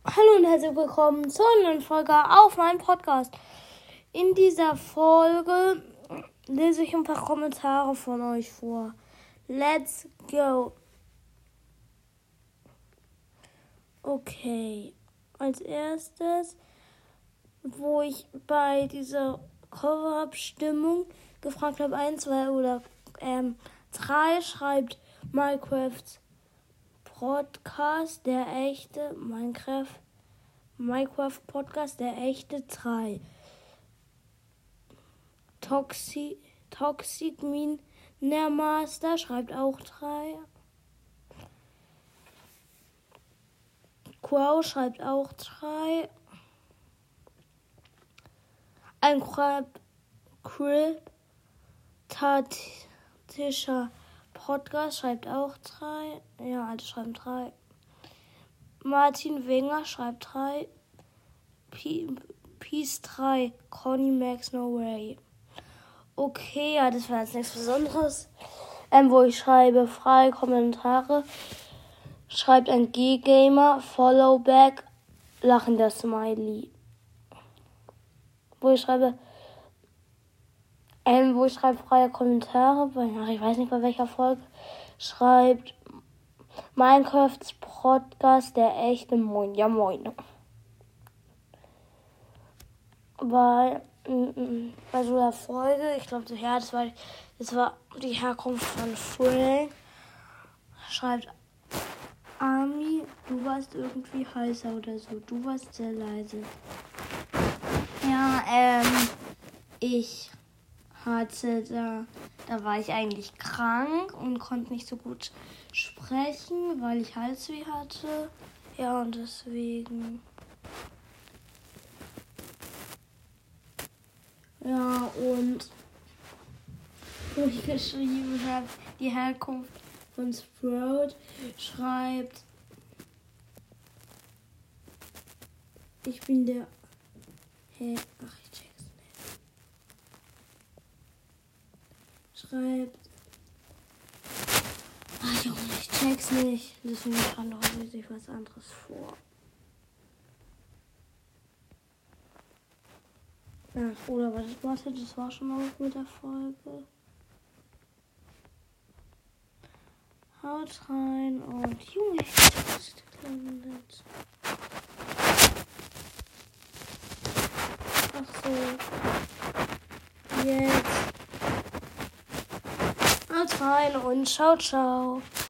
Hallo und herzlich willkommen zur neuen Folge auf meinem Podcast. In dieser Folge lese ich ein paar Kommentare von euch vor. Let's go. Okay, als erstes, wo ich bei dieser Cover-Abstimmung gefragt habe, 1, 2 oder 3, schreibt Minecraft Podcast, der echte Minecraft Podcast, der echte 3. Toxic Miner Master schreibt auch 3. Crow schreibt auch 3. Ein Crip Tatischer Podcast schreibt auch 3. Ja, alle schreiben 3. Martin Wenger schreibt 3. Peace 3. Conny Max No Way. Okay, ja, das war jetzt nichts Besonderes. Wo ich schreibe, freie Kommentare. Schreibt ein G-Gamer, Followback, lachender Smiley. Wo ich schreibe freie Kommentare, ich weiß nicht bei welcher Folge, schreibt Minecrafts Podcast, der echte Moin. Ja, moin. Bei so einer Folge, ich glaube, ja, das war die Herkunft von Frank, schreibt Ami, du warst irgendwie heißer oder so, du warst sehr leise. Ja, ich hatte da war ich eigentlich krank und konnte nicht so gut sprechen, weil ich Halsweh hatte. Ja, und deswegen. Ja, und wo ich geschrieben habe, die Herkunft von Sprout, schreibt, ich bin der... ich check's nicht. Schreibt... Junge, ich check's nicht. Deswegen lese ich was anderes vor. Ach, oder warte, das war schon mal mit der Folge. Haut rein und Junge, ich check's nicht. Ach so. Jetzt. Haut rein und ciao, ciao.